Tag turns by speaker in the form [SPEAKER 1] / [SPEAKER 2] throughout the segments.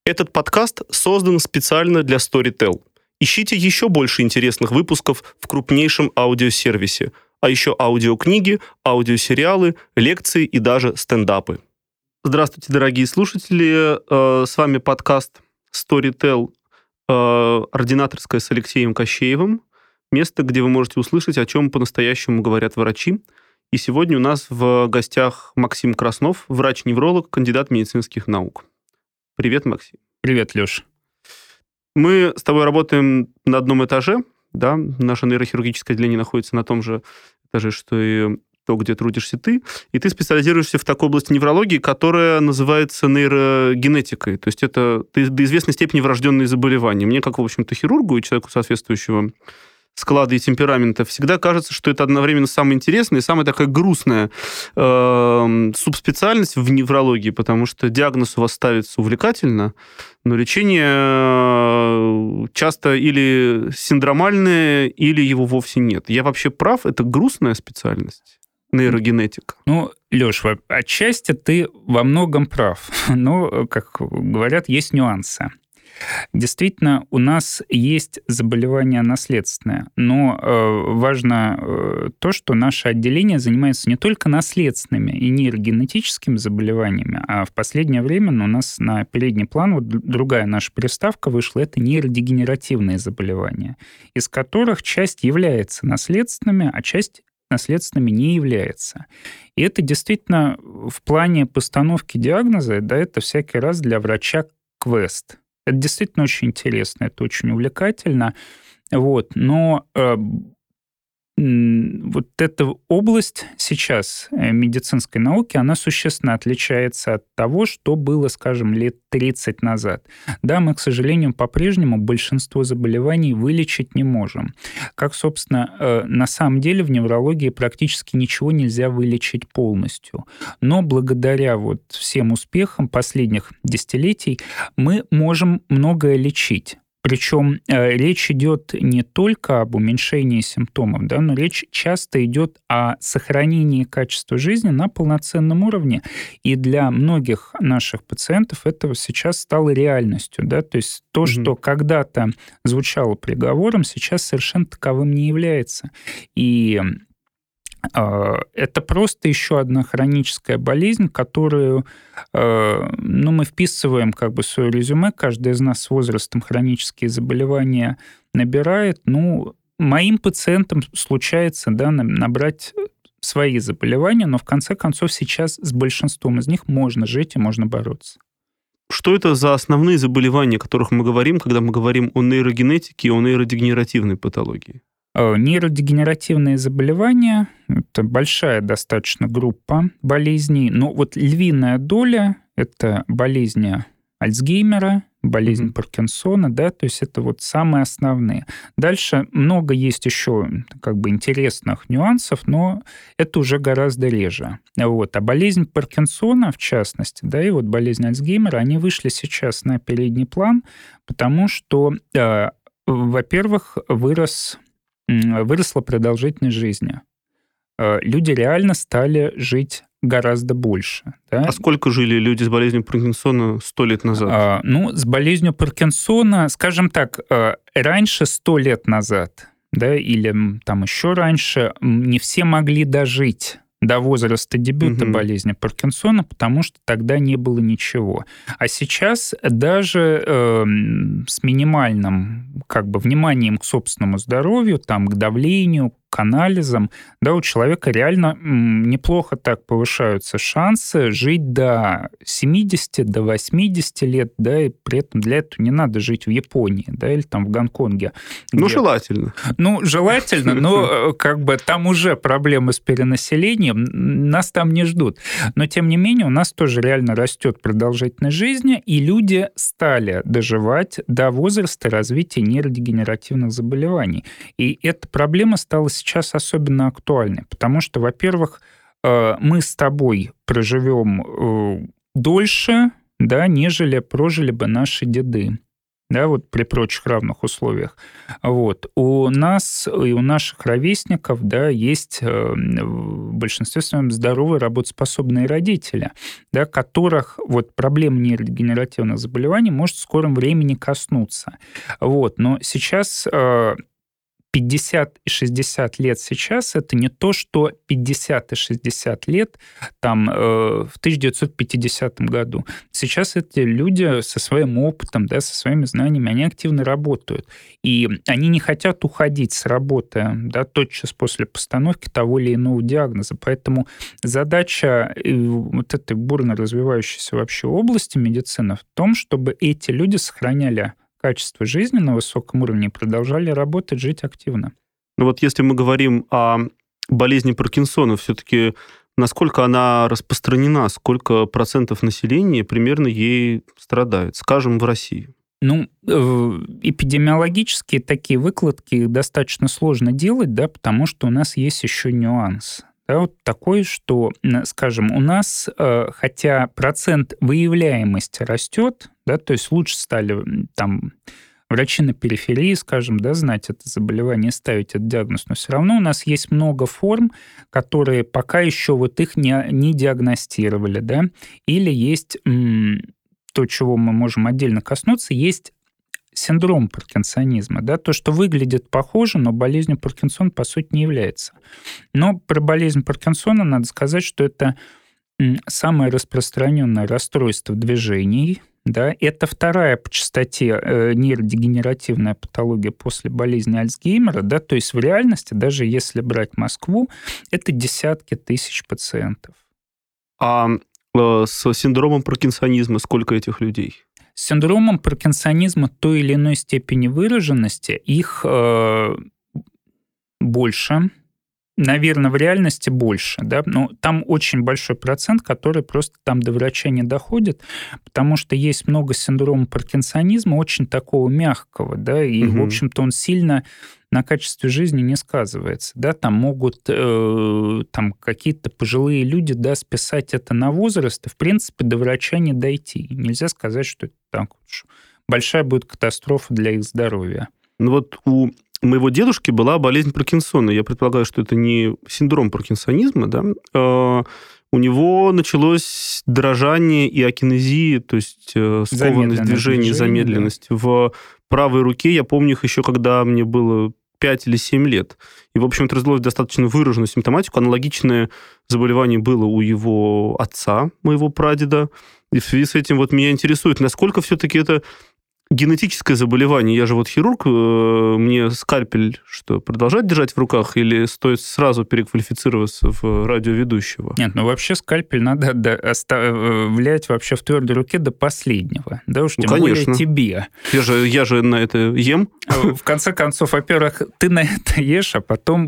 [SPEAKER 1] Этот подкаст создан специально для Storytel. Ищите еще больше интересных выпусков в крупнейшем аудиосервисе, а еще аудиокниги, аудиосериалы, лекции и даже стендапы. Здравствуйте, дорогие слушатели. С вами подкаст Storytel «Ординаторская» с Алексеем Кощеевым. Место, где вы можете услышать, о чем по-настоящему говорят врачи. И сегодня у нас в гостях Максим Краснов, врач-невролог, кандидат медицинских наук. Привет, Максим.
[SPEAKER 2] Привет, Леш.
[SPEAKER 1] Мы с тобой работаем на одном этаже, да? Наше нейрохирургическое отделение находится на том же этаже, что и то, где трудишься ты. И ты специализируешься в такой области неврологии, которая называется нейрогенетикой. То есть это до известной степени врожденные заболевания. Мне, как, в общем-то, хирургу и человеку соответствующего склада и темперамента, всегда кажется, что это одновременно самое интересное и самая такая грустная субспециальность в неврологии, потому что диагноз у вас ставится увлекательно, но лечение часто или синдромальное, или его вовсе нет. Я вообще прав? Это грустная специальность? Нейрогенетика.
[SPEAKER 2] Ну, Леш, отчасти ты во многом прав, но, как говорят, есть нюансы. Действительно, у нас есть заболевание наследственное, но важно то, что наше отделение занимается не только наследственными и нейрогенетическими заболеваниями, а в последнее время у нас на передний план вот другая наша приставка вышла, это нейродегенеративные заболевания, из которых часть является наследственными, а часть наследственными не является. И это действительно в плане постановки диагноза, да, это всякий раз для врача квест. Это действительно очень интересно, это очень увлекательно. Вот. Но вот эта область сейчас медицинской науки, она существенно отличается от того, что было, скажем, лет 30 назад. Да, мы, к сожалению, по-прежнему большинство заболеваний вылечить не можем. Как, собственно, на самом деле в неврологии практически ничего нельзя вылечить полностью. Но благодаря вот всем успехам последних десятилетий мы можем многое лечить. Причем речь идет не только об уменьшении симптомов, да, но речь часто идет о сохранении качества жизни на полноценном уровне. И для многих наших пациентов это сейчас стало реальностью. Да? То есть то, что когда-то звучало приговором, сейчас совершенно таковым не является. И это просто еще одна хроническая болезнь, которую мы вписываем как бы в свое резюме. Каждый из нас с возрастом хронические заболевания набирает. Моим пациентам случается, да, набрать свои заболевания, но в конце концов сейчас с большинством из них можно жить и можно бороться.
[SPEAKER 1] Что это за основные заболевания, о которых мы говорим, когда мы говорим о нейрогенетике и о нейродегенеративной патологии?
[SPEAKER 2] Нейродегенеративные заболевания – это большая достаточно группа болезней, но вот львиная доля – это болезни Альцгеймера, болезнь Паркинсона, да, то есть это вот самые основные. Дальше много есть еще как бы интересных нюансов, но это уже гораздо реже. Вот. А болезнь Паркинсона, в частности, да, и вот болезнь Альцгеймера, они вышли сейчас на передний план, потому что, во-первых, выросла продолжительность жизни. Люди реально стали жить гораздо больше. Да?
[SPEAKER 1] А сколько жили люди с болезнью Паркинсона 100 лет назад?
[SPEAKER 2] С болезнью Паркинсона, скажем так, раньше 100 лет назад, да, или там еще раньше, не все могли дожить до возраста дебюта болезни Паркинсона, потому что тогда не было ничего. А сейчас даже с минимальным как бы вниманием к собственному здоровью, там, к давлению, к анализам, да, у человека реально неплохо так повышаются шансы жить до 70, до 80 лет, да, и при этом для этого не надо жить в Японии, да, или там в Гонконге.
[SPEAKER 1] Желательно.
[SPEAKER 2] Желательно, но как бы там уже проблемы с перенаселением, нас там не ждут. Но, тем не менее, у нас тоже реально растет продолжительность жизни, и люди стали доживать до возраста развития нейродегенеративных заболеваний. И эта проблема стала сейчас особенно актуальной, потому что, во-первых, мы с тобой проживем дольше, да, нежели прожили бы наши деды. да, вот при прочих равных условиях. Вот. У нас и у наших ровесников, да, есть в большинстве своем здоровые, работоспособные родители, да, которых вот проблема нейродегенеративных заболеваний может в скором времени коснуться. Вот. Но сейчас 50 и 60 лет сейчас — это не то, что 50 и 60 лет там, в 1950 году. Сейчас эти люди со своим опытом, да, со своими знаниями, они активно работают. И они не хотят уходить с работы, да, тотчас после постановки того или иного диагноза. Поэтому задача вот этой бурно развивающейся вообще области медицины в том, чтобы эти люди сохраняли качество жизни на высоком уровне и продолжали работать, жить активно.
[SPEAKER 1] Ну вот если мы говорим о болезни Паркинсона, все-таки насколько она распространена, сколько процентов населения примерно ей страдает, скажем, в России?
[SPEAKER 2] Ну, эпидемиологические такие выкладки достаточно сложно делать, да, потому что у нас есть еще нюанс. Да, вот такой, что, скажем, у нас, хотя процент выявляемости растет, да, то есть лучше стали там врачи на периферии, скажем, да, знать это заболевание, ставить этот диагноз, но все равно у нас есть много форм, которые пока еще вот их не диагностировали, да, или есть то, чего мы можем отдельно коснуться, есть синдром паркинсонизма, да, то, что выглядит похоже, но болезнью Паркинсона, по сути, не является. Но про болезнь Паркинсона надо сказать, что это самое распространенное расстройство движений, да, это вторая по частоте нейродегенеративная патология после болезни Альцгеймера, да, то есть в реальности, даже если брать Москву, это десятки тысяч пациентов.
[SPEAKER 1] А с синдромом паркинсонизма сколько этих людей?
[SPEAKER 2] С синдромом паркинсонизма той или иной степени выраженности их больше. Наверное, в реальности больше, да, но там очень большой процент, который просто там до врача не доходит, потому что есть много синдрома паркинсонизма, очень такого мягкого, да, и, в общем-то, он сильно на качестве жизни не сказывается, да, там могут там какие-то пожилые люди, да, списать это на возраст, и, в принципе, до врача не дойти. Нельзя сказать, что это так уж большая будет катастрофа для их здоровья.
[SPEAKER 1] Ну вот у моего дедушки была болезнь Паркинсона. Я предполагаю, что это не синдром паркинсонизма, да? У него началось дрожание и акинезия, то есть скованность движений, замедленность. Да. В правой руке, я помню их еще, когда мне было 5 или 7 лет. И, в общем, это развилось достаточно выраженную симптоматику. Аналогичное заболевание было у его отца, моего прадеда. И в связи с этим вот меня интересует, насколько все-таки это генетическое заболевание. Я же вот хирург, мне скальпель что, продолжать держать в руках или стоит сразу переквалифицироваться в радиоведущего?
[SPEAKER 2] Нет, ну вообще скальпель надо оставлять вообще в твердой руке до последнего. Да уж, тем более тебе.
[SPEAKER 1] Я же на это ем.
[SPEAKER 2] В конце концов, во-первых, ты на это ешь, а потом,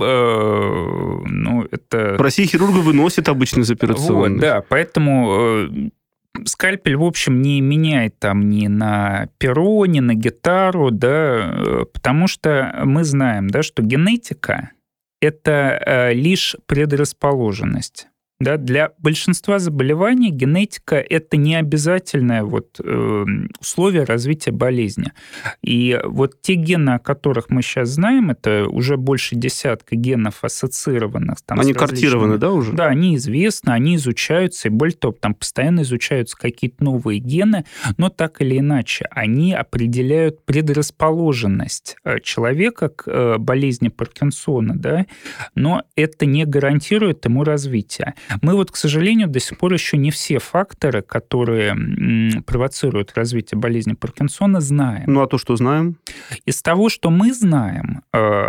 [SPEAKER 2] это...
[SPEAKER 1] В России хирурга выносят обычно из операционной.
[SPEAKER 2] Вот, да, поэтому... Скальпель, в общем, не меняет там ни на перо, ни на гитару, да, потому что мы знаем, да, что генетика — это лишь предрасположенность. Да, для большинства заболеваний генетика — это не обязательное условие развития болезни. И вот те гены, о которых мы сейчас знаем, это уже больше десятка генов ассоциированных. Там,
[SPEAKER 1] они картированы, да, уже?
[SPEAKER 2] Да, они известны, они изучаются, и более того, там постоянно изучаются какие-то новые гены, но так или иначе, они определяют предрасположенность человека к болезни Паркинсона, да, но это не гарантирует ему развитие. Мы вот, к сожалению, до сих пор еще не все факторы, которые провоцируют развитие болезни Паркинсона, знаем.
[SPEAKER 1] Ну, а то, что знаем?
[SPEAKER 2] Из того, что мы знаем,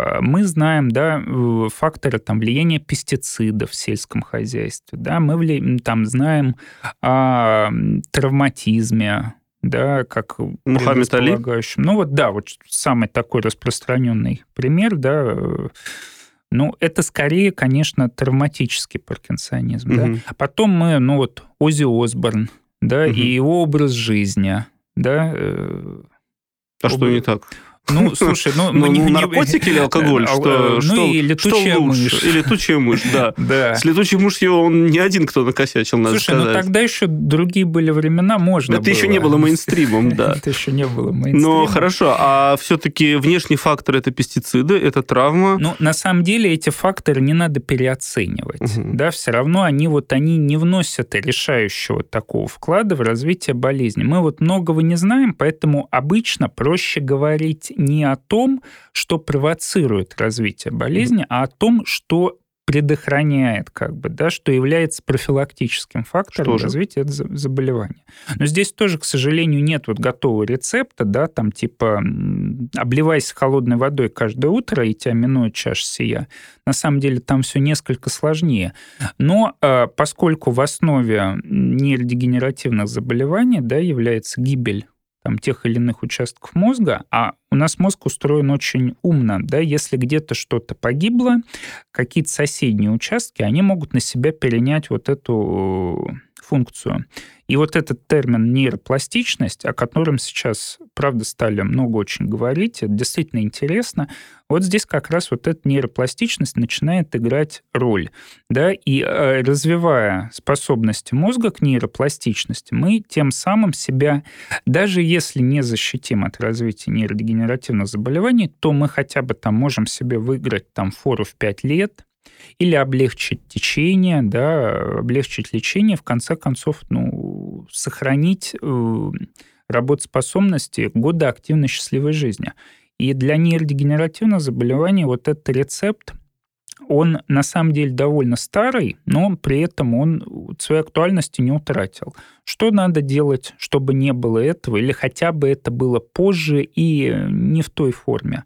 [SPEAKER 2] да, факторы там, влияния пестицидов в сельском хозяйстве, да, мы там знаем о травматизме, да, как
[SPEAKER 1] Мухаммед Али.
[SPEAKER 2] Ну вот, да, вот самый такой распространенный пример, да. Ну, это скорее, конечно, травматический паркинсонизм. Да? А потом мы, Оззи Осборн, да, и его образ жизни. Да,
[SPEAKER 1] что не так?
[SPEAKER 2] Ну, слушай,
[SPEAKER 1] наркотики или алкоголь?
[SPEAKER 2] Ну, и летучая мышь.
[SPEAKER 1] И летучая мышь, да.
[SPEAKER 2] Да.
[SPEAKER 1] С летучей мышью он не один, кто накосячил, надо сказать.
[SPEAKER 2] Слушай, тогда еще другие были времена, можно было.
[SPEAKER 1] Это еще не было мейнстримом, да.
[SPEAKER 2] Это еще не было мейнстримом.
[SPEAKER 1] Но хорошо, а все-таки внешний фактор – это пестициды, это травма?
[SPEAKER 2] Ну, на самом деле эти факторы не надо переоценивать. Да, все равно они не вносят решающего такого вклада в развитие болезни. Мы многого не знаем, поэтому обычно проще говорить не о том, что провоцирует развитие болезни, а о том, что предохраняет, что является профилактическим фактором развития этого заболевания. Но здесь тоже, к сожалению, нет готового рецепта, там типа обливайся холодной водой каждое утро, и тебя минует чаша сия. На самом деле там все несколько сложнее. Но поскольку в основе нейродегенеративных заболеваний является гибель тех или иных участков мозга, а у нас мозг устроен очень умно, если где-то что-то погибло, какие-то соседние участки, они могут на себя перенять эту функцию. И этот термин нейропластичность, о котором сейчас, правда, стали много очень говорить, это действительно интересно, здесь как раз эта нейропластичность начинает играть роль. И развивая способности мозга к нейропластичности, мы тем самым себя, даже если не защитим от развития нейродегенеративных заболеваний, то мы хотя бы можем себе выиграть фору в 5 лет, или облегчить течение, облегчить лечение, в конце концов, сохранить работоспособность года активной счастливой жизни. И для нейродегенеративных заболеваний этот рецепт, он на самом деле довольно старый, но при этом он своей актуальности не утратил. Что надо делать, чтобы не было этого, или хотя бы это было позже и не в той форме?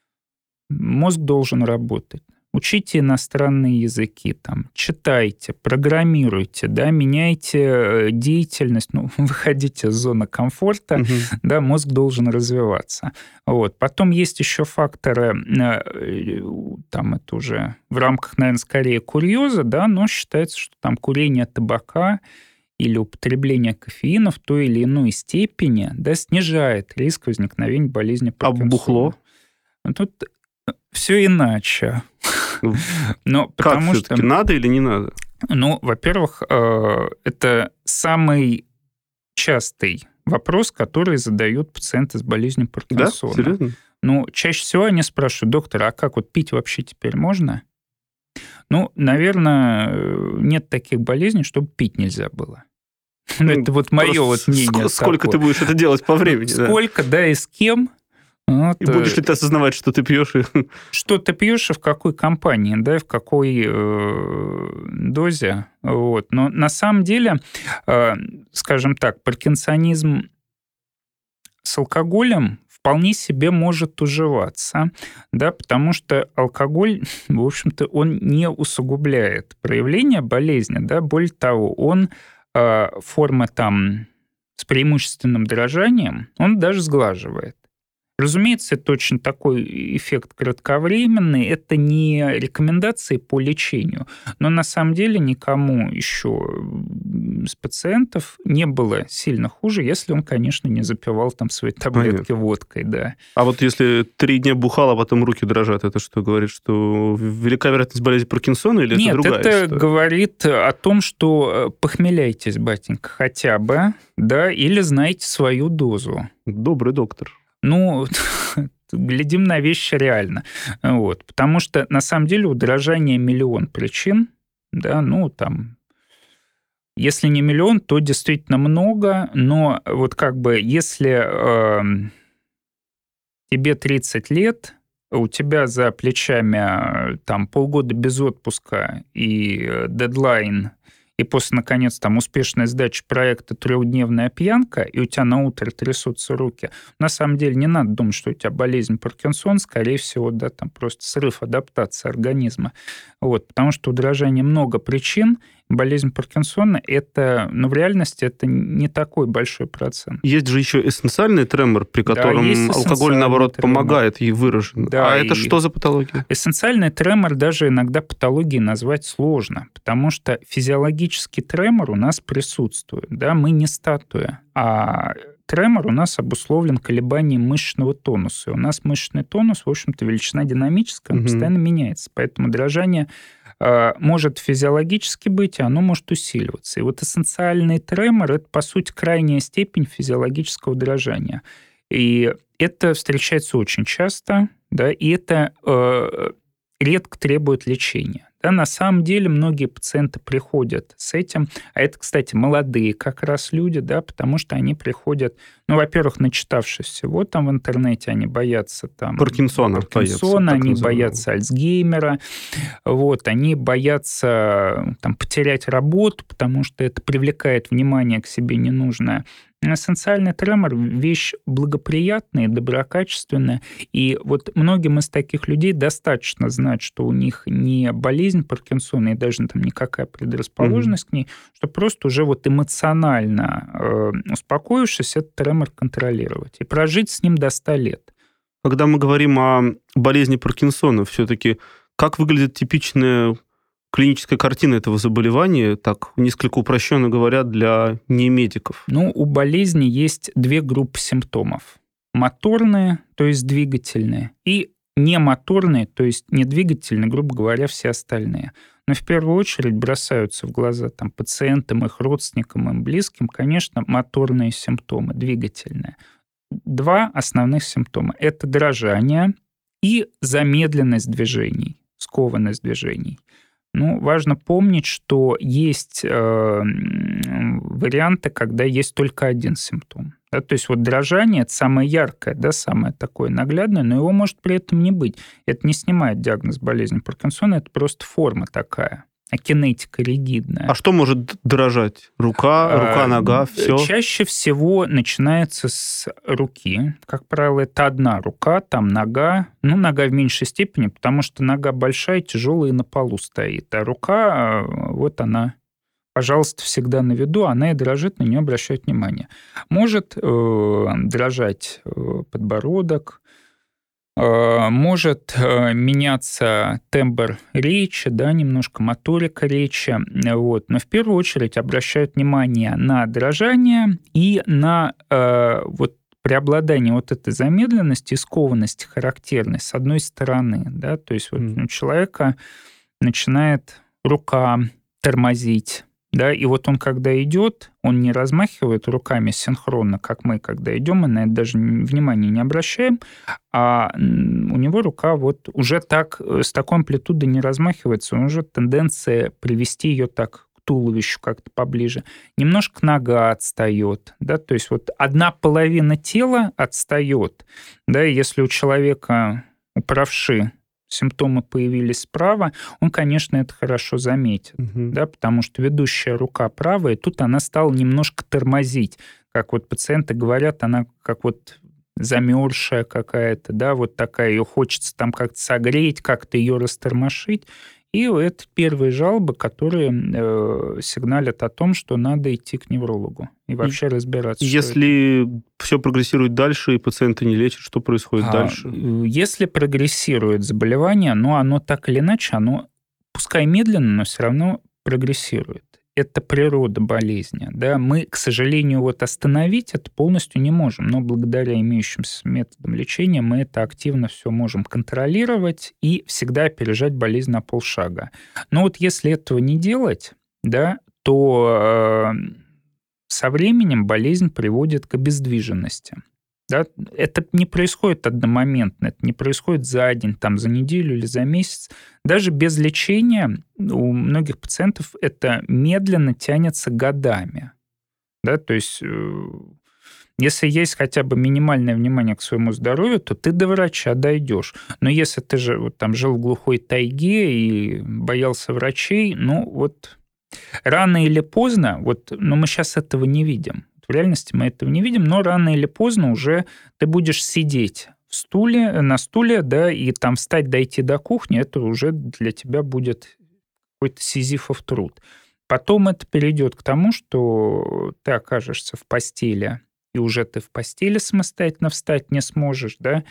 [SPEAKER 2] Мозг должен работать. Учите иностранные языки, читайте, программируйте, меняйте деятельность, выходите из зоны комфорта, мозг должен развиваться. Потом есть еще факторы, это уже в рамках, наверное, скорее курьеза, но считается, что курение табака или употребление кофеина в той или иной степени снижает риск возникновения болезни Паркинсона.
[SPEAKER 1] А бухло?
[SPEAKER 2] Тут все иначе. Но
[SPEAKER 1] как все-таки, надо или не надо?
[SPEAKER 2] Во-первых, это самый частый вопрос, который задают пациенты с болезнью Паркинсона.
[SPEAKER 1] Да? Серьезно?
[SPEAKER 2] Чаще всего они спрашивают: доктор, а как пить вообще теперь можно? Наверное, нет таких болезней, чтобы пить нельзя было. Это мое мнение.
[SPEAKER 1] Сколько ты будешь это делать по времени?
[SPEAKER 2] Сколько, и с кем?
[SPEAKER 1] И будешь ли ты осознавать, что ты пьешь?
[SPEAKER 2] Что ты пьешь и в какой компании, в какой дозе. Но на самом деле, скажем так, паркинсонизм с алкоголем вполне себе может уживаться, потому что алкоголь, в общем-то, он не усугубляет проявление болезни, более того, он формы с преимущественным дрожанием, он даже сглаживает. Разумеется, это очень такой эффект кратковременный, это не рекомендации по лечению, но на самом деле никому еще с пациентов не было сильно хуже, если он, конечно, не запивал свои таблетки водкой,
[SPEAKER 1] А если 3 дня бухал, а потом руки дрожат, это что, говорит, что велика вероятность болезни Паркинсона или это другая история?
[SPEAKER 2] Нет, это говорит о том, что похмеляйтесь, батенька, хотя бы, или знаете свою дозу.
[SPEAKER 1] Добрый доктор.
[SPEAKER 2] Глядим на вещи реально. Потому что, на самом деле, у дрожания миллион причин. Если не миллион, то действительно много. Но если тебе 30 лет, у тебя за плечами полгода без отпуска и дедлайн, и после, наконец, успешной сдачи проекта 3-дневная пьянка, и у тебя на утро трясутся руки, на самом деле не надо думать, что у тебя болезнь Паркинсон, скорее всего, просто срыв адаптации организма. Потому что у дрожания много причин. Болезнь Паркинсона, в реальности это не такой большой процент.
[SPEAKER 1] Есть же еще эссенциальный тремор, при котором алкоголь, наоборот, помогает ей выражен. Это что за патология?
[SPEAKER 2] Эссенциальный тремор даже иногда патологией назвать сложно, потому что физиологический тремор у нас присутствует. Мы не статуя, а тремор у нас обусловлен колебанием мышечного тонуса. И у нас мышечный тонус, в общем-то, величина динамическая, он постоянно меняется. Поэтому дрожание может физиологически быть, а оно может усиливаться. И вот эссенциальный тремор – это, по сути, крайняя степень физиологического дрожания. И это встречается очень часто, да, и это редко требует лечения. Да, на самом деле многие пациенты приходят с этим, а это, кстати, молодые как раз люди, да, потому что они приходят, ну, во-первых, начитавшись всего там в интернете, они боятся там
[SPEAKER 1] Паркинсона
[SPEAKER 2] они боятся Альцгеймера, вот, они боятся там потерять работу, потому что это привлекает внимание к себе ненужное. Эссенциальный тремор – вещь благоприятная, доброкачественная. И вот многим из таких людей достаточно знать, что у них не болезнь Паркинсона и даже там никакая предрасположенность к ней, что просто уже вот эмоционально успокоившись, этот тремор контролировать. И прожить с ним до 100 лет.
[SPEAKER 1] Когда мы говорим о болезни Паркинсона, все-таки как выглядит типичная клиническая картина этого заболевания, так несколько упрощенно говоря, для немедиков?
[SPEAKER 2] Ну, у болезни есть две группы симптомов. Моторные, то есть двигательные, и немоторные, то есть недвигательные, грубо говоря, все остальные. Но в первую очередь бросаются в глаза там, пациентам, их родственникам, им близким, конечно, моторные симптомы, двигательные. Два основных симптома – это дрожание и замедленность движений, скованность движений. Ну, важно помнить, что есть варианты, когда есть только один симптом. Да, то есть вот дрожание – это самое яркое, да, самое такое наглядное, но его может при этом не быть. Это не снимает диагноз болезни Паркинсона, это просто форма такая, кинетика ригидная.
[SPEAKER 1] А что может дрожать? Рука, нога, все?
[SPEAKER 2] Чаще всего начинается с руки. Как правило, это одна рука, там нога. Ну, нога в меньшей степени, потому что нога большая, тяжелая и на полу стоит. А рука, вот она, пожалуйста, всегда на виду, она и дрожит, на нее обращают внимание. Может дрожать подбородок, может меняться тембр речи, да, немножко моторика речи. Вот. Но в первую очередь обращают внимание на дрожание и на вот преобладание вот этой замедленности и скованности характерной с одной стороны. Да, то есть вот у человека начинает рука тормозить. Да, и вот он, когда идет, он не размахивает руками синхронно, как мы, когда идем, мы на это даже внимания не обращаем, а у него рука вот уже так, с такой амплитудой не размахивается, он уже тенденция привести ее так к туловищу как-то поближе. Немножко нога отстает, да, то есть вот одна половина тела отстает, да, и если у человека, у правши, симптомы появились справа, он, конечно, это хорошо заметит, да, потому что ведущая рука правая, тут она стала немножко тормозить. Как вот пациенты говорят, она как вот замерзшая какая-то, да, вот такая, ее хочется там как-то согреть, как-то ее растормошить. И это первые жалобы, которые сигналят о том, что надо идти к неврологу и вообще разбираться.
[SPEAKER 1] Если все прогрессирует дальше, и пациенты не лечат, что происходит дальше?
[SPEAKER 2] Если прогрессирует заболевание, но оно так или иначе, оно, пускай медленно, но все равно прогрессирует. Это природа болезни. Да? Мы, к сожалению, вот остановить это полностью не можем, но благодаря имеющимся методам лечения мы это активно все можем контролировать и всегда опережать болезнь на полшага. Но вот если этого не делать, да, то со временем болезнь приводит к обездвиженности. Да? Это не происходит одномоментно, это не происходит за день, там, за неделю или за месяц. Даже без лечения у многих пациентов это медленно тянется годами. Да? То есть если есть хотя бы минимальное внимание к своему здоровью, то ты до врача дойдешь. Но если ты же вот, там, жил в глухой тайге и боялся врачей, ну вот рано или поздно, вот, но мы сейчас этого не видим. В реальности мы этого не видим, но рано или поздно уже ты будешь сидеть на стуле, да, и там встать, дойти до кухни, это уже для тебя будет какой-то сизифов труд. Потом это перейдет к тому, что ты окажешься в постели, и уже ты в постели самостоятельно встать не сможешь, да,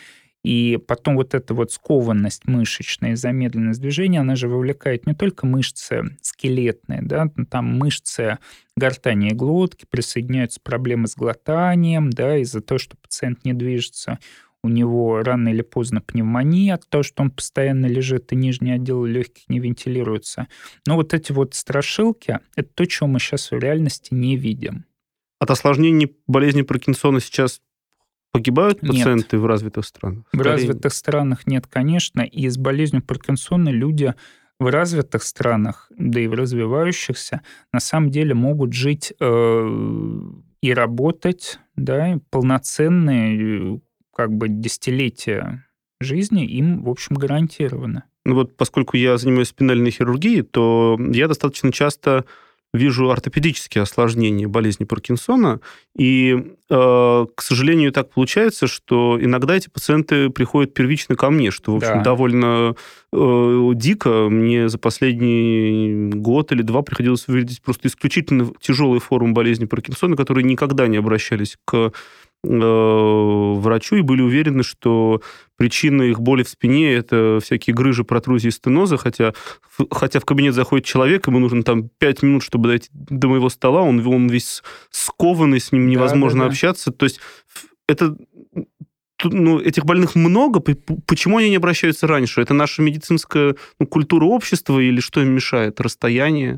[SPEAKER 2] И потом вот эта вот скованность мышечная и замедленность движения, она же вовлекает не только мышцы скелетные, да, там мышцы гортани и глотки, присоединяются проблемы с глотанием, да, из-за того, что пациент не движется. У него рано или поздно пневмония от того, что он постоянно лежит, и нижний отдел легких не вентилируется. Но вот эти вот страшилки – это то, чего мы сейчас в реальности не видим.
[SPEAKER 1] От осложнений болезни Паркинсона сейчас погибают пациенты
[SPEAKER 2] Нет.
[SPEAKER 1] в развитых странах?
[SPEAKER 2] В развитых странах нет, конечно. И с болезнью Паркинсона люди в развитых странах, да и в развивающихся, на самом деле могут жить и работать, да, полноценные как бы десятилетия жизни им, в общем, гарантировано.
[SPEAKER 1] Ну вот, поскольку я занимаюсь спинальной хирургией, то я достаточно часто вижу ортопедические осложнения болезни Паркинсона, и, к сожалению, так получается, что иногда эти пациенты приходят первично ко мне, что, в общем,
[SPEAKER 2] Да.
[SPEAKER 1] довольно дико. Мне за последний год или два приходилось увидеть просто исключительно тяжелые формы болезни Паркинсона, которые никогда не обращались к врачу и были уверены, что причина их боли в спине – это всякие грыжи, протрузии, стенозы, хотя в кабинет заходит человек, ему нужно там 5 минут, чтобы дойти до моего стола, он весь скованный, с ним невозможно общаться. То есть это, этих больных много. Почему они не обращаются раньше? Это наша медицинская культура общества или что им мешает? Расстояние?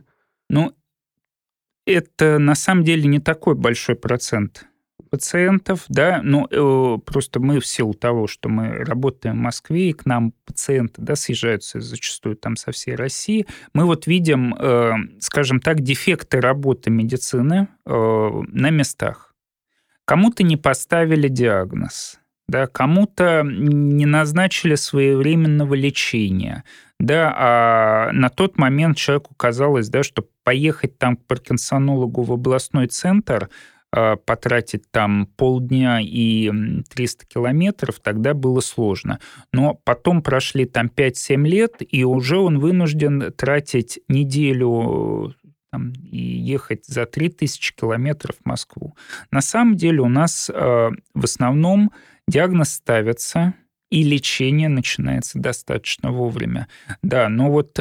[SPEAKER 2] Это на самом деле не такой большой процент пациентов, да, просто мы в силу того, что мы работаем в Москве, и к нам пациенты, да, съезжаются зачастую там со всей России, мы вот видим, скажем так, дефекты работы медицины на местах. Кому-то не поставили диагноз, да, кому-то не назначили своевременного лечения, да, а на тот момент человеку казалось, да, что поехать там к паркинсонологу в областной центр, потратить там полдня и 300 километров, тогда было сложно. Но потом прошли там 5-7 лет, и уже он вынужден тратить неделю и ехать за 3000 километров в Москву. На самом деле у нас в основном диагноз ставится, и лечение начинается достаточно вовремя. Да, но вот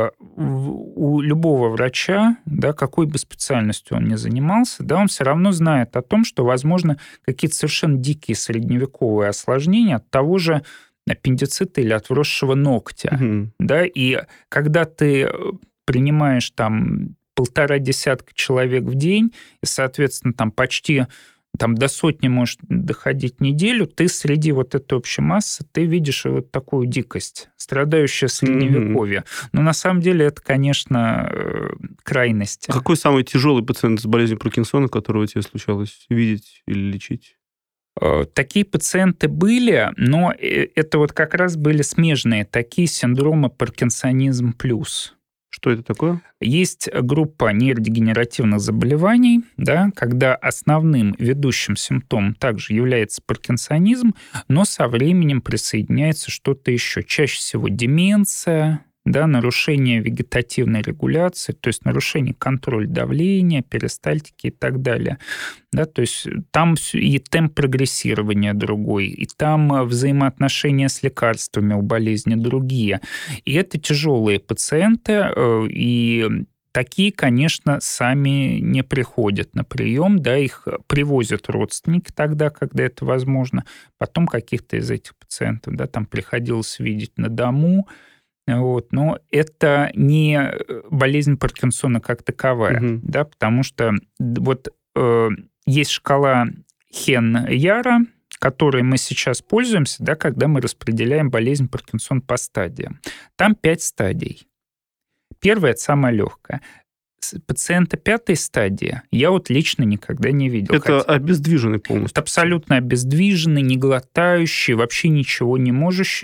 [SPEAKER 2] у любого врача, да, какой бы специальностью он ни занимался, да, он все равно знает о том, что, возможно, какие-то совершенно дикие средневековые осложнения от того же аппендицита или отросшего ногтя.
[SPEAKER 1] Угу.
[SPEAKER 2] Да, и когда ты принимаешь там 1,5 десятка человек в день, и, соответственно, там почти до сотни может доходить неделю, ты среди вот этой общей массы, ты видишь вот такую дикость, страдающее средневековье. Но на самом деле это, конечно, крайность.
[SPEAKER 1] Какой самый тяжелый пациент с болезнью Паркинсона, которого тебе случалось видеть или лечить?
[SPEAKER 2] Такие пациенты были, но это вот как раз были смежные такие синдромы паркинсонизм плюс.
[SPEAKER 1] Что это такое?
[SPEAKER 2] Есть группа нейродегенеративных заболеваний, да, когда основным ведущим симптомом также является паркинсонизм, но со временем присоединяется что-то еще. Чаще всего деменция, да, нарушение вегетативной регуляции, то есть нарушение контроля давления, перистальтики и так далее. Да, то есть там и темп прогрессирования другой, и там взаимоотношения с лекарствами у болезни другие. И это тяжелые пациенты, и такие, конечно, сами не приходят на прием, да, их привозят родственники тогда, когда это возможно. Потом каких-то из этих пациентов, да, там приходилось видеть на дому. Вот, но это не болезнь Паркинсона как таковая, да, потому что вот есть шкала Хен-Яра, которой мы сейчас пользуемся, да, когда мы распределяем болезнь Паркинсона по стадиям. Там 5 стадий. Первая – это самая легкая. Пациента 5-й стадии я вот лично никогда не видел.
[SPEAKER 1] Это обездвиженный полностью?
[SPEAKER 2] Это абсолютно обездвиженный, не глотающий, вообще ничего не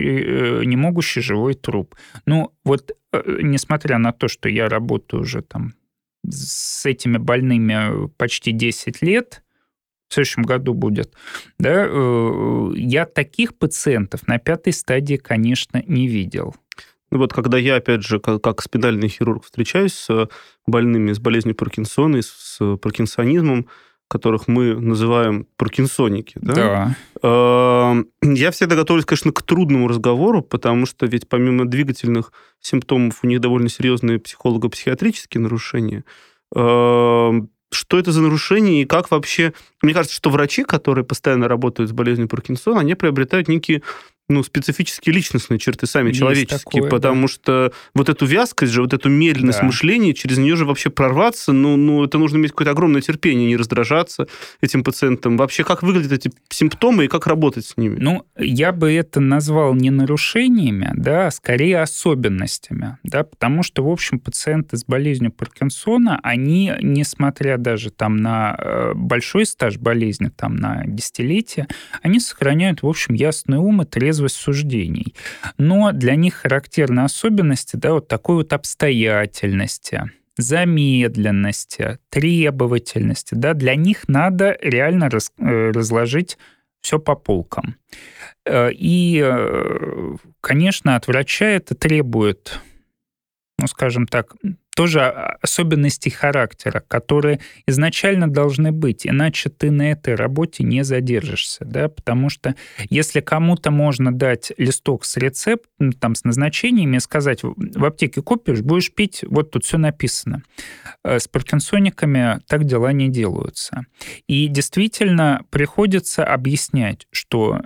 [SPEAKER 2] могущий живой труп. Ну, вот несмотря на то, что я работаю уже там с этими больными почти 10 лет, в следующем году будет, да, я таких пациентов на 5-й стадии, конечно, не видел.
[SPEAKER 1] Ну вот когда я, опять же, как спинальный хирург встречаюсь с больными с болезнью Паркинсона и с паркинсонизмом, которых мы называем паркинсоники, да?
[SPEAKER 2] Да.
[SPEAKER 1] Я всегда готовлюсь, конечно, к трудному разговору, потому что ведь помимо двигательных симптомов у них довольно серьезные психолого-психиатрические нарушения. Что это за нарушение и как вообще... Мне кажется, что врачи, которые постоянно работают с болезнью Паркинсона, они приобретают некие специфические личностные черты сами
[SPEAKER 2] Есть
[SPEAKER 1] человеческие,
[SPEAKER 2] такое,
[SPEAKER 1] потому что вот эту вязкость же, вот эту медленность мышления, через нее же вообще прорваться, это нужно иметь какое-то огромное терпение, не раздражаться этим пациентам. Вообще, как выглядят эти симптомы и как работать с ними?
[SPEAKER 2] Я бы это назвал не нарушениями, да, а скорее особенностями, да, потому что, в общем, пациенты с болезнью Паркинсона, они, несмотря даже там на большой стаж болезни, там на десятилетия, они сохраняют, в общем, ясный ум и трезвость суждений. Но для них характерны особенности, да, вот такой вот обстоятельности, замедленности, требовательности, да, для них надо реально разложить все по полкам. И, конечно, от врача это требует, скажем так, тоже особенностей характера, которые изначально должны быть, иначе ты на этой работе не задержишься, да, потому что если кому-то можно дать листок с рецептом, там, с назначениями и сказать, в аптеке купишь, будешь пить, вот тут все написано. С паркинсониками так дела не делаются. И действительно приходится объяснять, что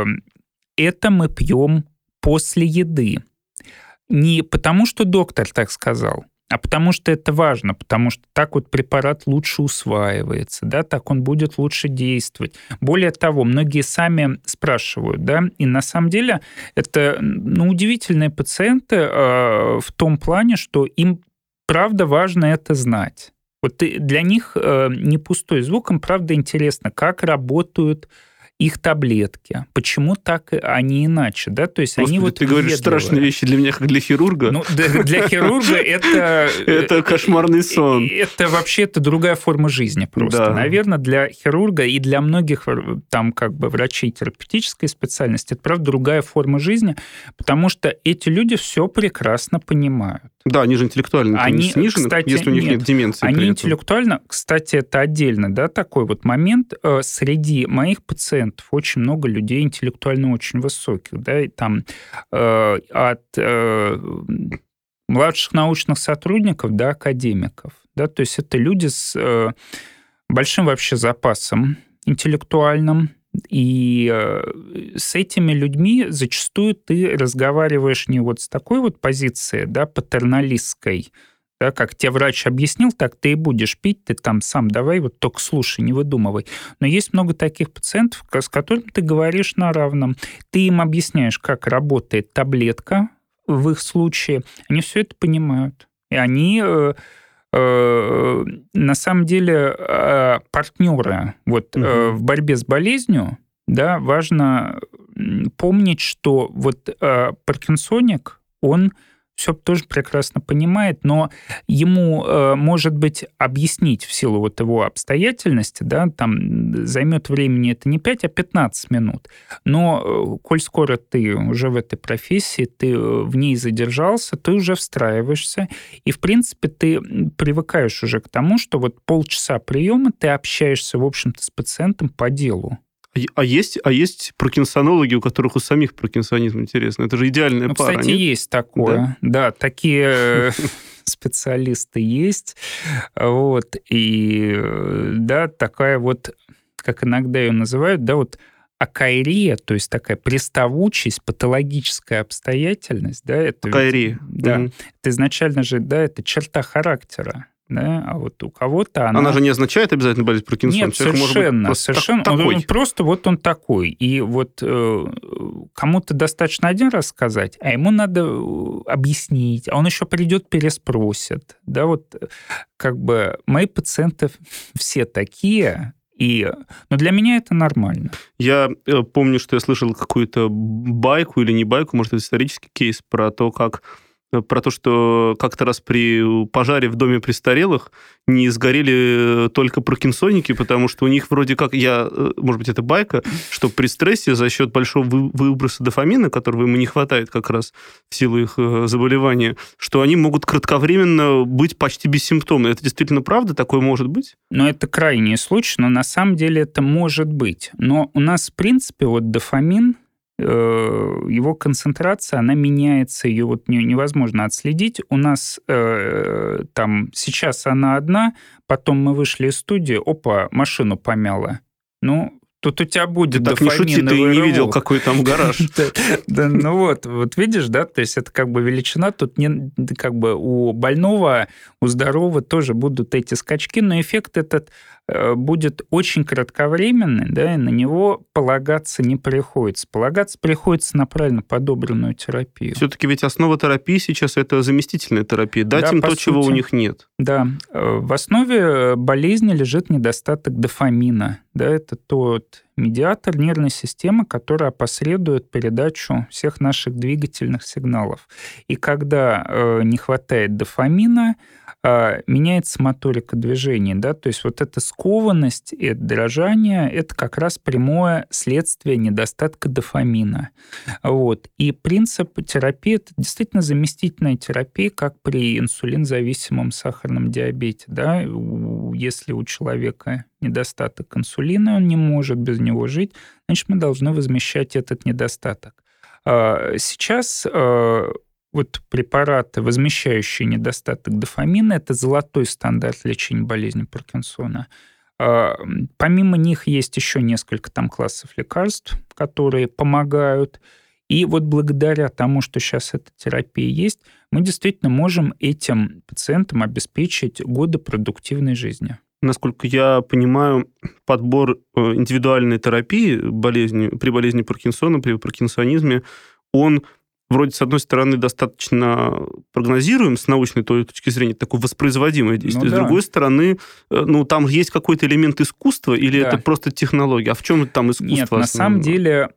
[SPEAKER 2] это мы пьем после еды. Не потому, что доктор так сказал, а потому что это важно, потому что так вот препарат лучше усваивается, да, так он будет лучше действовать. Более того, многие сами спрашивают, да, и на самом деле это удивительные пациенты в том плане, что им правда важно это знать. Вот для них не пустой звук, им правда интересно, как работают их таблетки. Почему так, а не иначе? Да? То есть
[SPEAKER 1] Господи,
[SPEAKER 2] они вот
[SPEAKER 1] ты говоришь страшные вещи для меня, как для хирурга.
[SPEAKER 2] Для хирурга это...
[SPEAKER 1] Это кошмарный сон.
[SPEAKER 2] Это вообще другая форма жизни просто. Да. Наверное, для хирурга и для многих там как бы врачей терапевтической специальности это, правда, другая форма жизни, потому что эти люди все прекрасно понимают.
[SPEAKER 1] Да, они же интеллектуально снижены, кстати, если у них нет деменции.
[SPEAKER 2] Они интеллектуально, кстати, это отдельно, да, такой вот момент. Среди моих пациентов очень много людей интеллектуально очень высоких, да, и там от младших научных сотрудников до академиков, да, то есть это люди с большим вообще запасом интеллектуальным, и с этими людьми зачастую ты разговариваешь не вот с такой вот позиции, да, патерналистской, да, как тебе врач объяснил, так ты и будешь пить, ты там сам давай, вот только слушай, не выдумывай. Но есть много таких пациентов, с которыми ты говоришь на равном, ты им объясняешь, как работает таблетка в их случае, они все это понимают. И они... на самом деле партнеры в борьбе с болезнью, да, важно помнить, что вот паркинсоник, он все тоже прекрасно понимает, но ему, может быть, объяснить в силу вот его обстоятельности, да, там займет времени это не 5, а 15 минут. Но коль скоро ты уже в этой профессии, ты в ней задержался, ты уже встраиваешься, и, в принципе, ты привыкаешь уже к тому, что вот полчаса приема ты общаешься, в общем-то, с пациентом по делу.
[SPEAKER 1] А есть паркинсонологи, у которых у самих паркинсонизм, интересно. Это же идеальная пара,
[SPEAKER 2] кстати,
[SPEAKER 1] нет?
[SPEAKER 2] Есть такое. Да, такие специалисты есть. Вот. И да, такая вот, как иногда ее называют, да, вот акаирия, то есть такая приставучесть, патологическая обстоятельность. Да, это
[SPEAKER 1] акаирия.
[SPEAKER 2] Да. Это изначально же, да, это черта характера. Да, а вот у кого-то
[SPEAKER 1] она же не означает обязательно болезнь Паркинсона.
[SPEAKER 2] Нет, совершенно. Он просто вот он такой. И вот кому-то достаточно один раз сказать, а ему надо объяснить, а он еще придет, переспросит. Да, вот как бы мои пациенты все такие, но для меня это нормально.
[SPEAKER 1] Я помню, что я слышал какую-то байку или не байку, может, это исторический кейс про то, как про то, что как-то раз при пожаре в доме престарелых не сгорели только паркинсоники, потому что у них вроде как, может быть, это байка, что при стрессе за счет большого выброса дофамина, которого ему не хватает как раз в силу их заболевания, что они могут кратковременно быть почти бессимптомны. Это действительно правда? Такое может быть?
[SPEAKER 2] Но это крайний случай, но на самом деле это может быть. Но у нас, в принципе, вот дофамин, его концентрация, она меняется, ее вот невозможно отследить. У нас там сейчас она одна, потом мы вышли из студии, опа, машину помяло. Ну, тут у тебя будет дофаминовый
[SPEAKER 1] так не шути, ты не видел, какой там гараж.
[SPEAKER 2] Да, ну вот видишь, да, то есть это как бы величина, тут не как бы у больного, у здорового тоже будут эти скачки, но эффект этот будет очень кратковременный, да, и на него полагаться не приходится. Полагаться приходится на правильно подобранную терапию.
[SPEAKER 1] Все-таки ведь основа терапии сейчас это заместительная терапия. Дать им то, чего у них нет.
[SPEAKER 2] Да, в основе болезни лежит недостаток дофамина. Да, это тот медиатор нервной системы, который опосредует передачу всех наших двигательных сигналов. И когда не хватает дофамина, меняется моторика движения, да, то есть вот эта скованность и дрожание — это как раз прямое следствие недостатка дофамина. Вот. И принцип терапии — это действительно заместительная терапия, как при инсулинзависимом сахарном диабете, да, если у человека недостаток инсулина, он не может без него жить, значит, мы должны возмещать этот недостаток. Сейчас вот препараты, возмещающие недостаток дофамина, это золотой стандарт лечения болезни Паркинсона. Помимо них есть еще несколько там классов лекарств, которые помогают. И вот благодаря тому, что сейчас эта терапия есть, мы действительно можем этим пациентам обеспечить годы продуктивной жизни.
[SPEAKER 1] Насколько я понимаю, подбор индивидуальной терапии при болезни Паркинсона, при паркинсонизме, он вроде, с одной стороны, достаточно прогнозируем с научной точки зрения, такое воспроизводимое действие. С другой стороны, там есть какой-то элемент искусства или это просто технология? А в чем там искусство?
[SPEAKER 2] Нет, на самом деле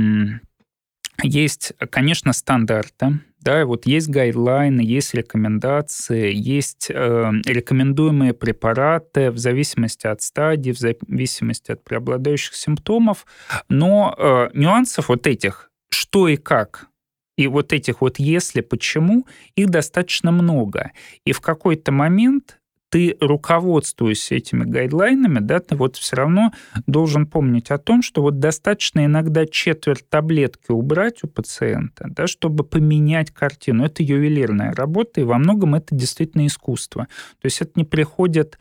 [SPEAKER 2] есть, конечно, стандарты. Да, вот есть гайдлайны, есть рекомендации, есть рекомендуемые препараты в зависимости от стадии, в зависимости от преобладающих симптомов, но нюансов вот этих, что и как, и вот этих вот если, почему, их достаточно много. И в какой-то момент ты, руководствуясь этими гайдлайнами, да, ты вот все равно должен помнить о том, что вот достаточно иногда четверть таблетки убрать у пациента, да, чтобы поменять картину. Это ювелирная работа, и во многом это действительно искусство. То есть это не приходит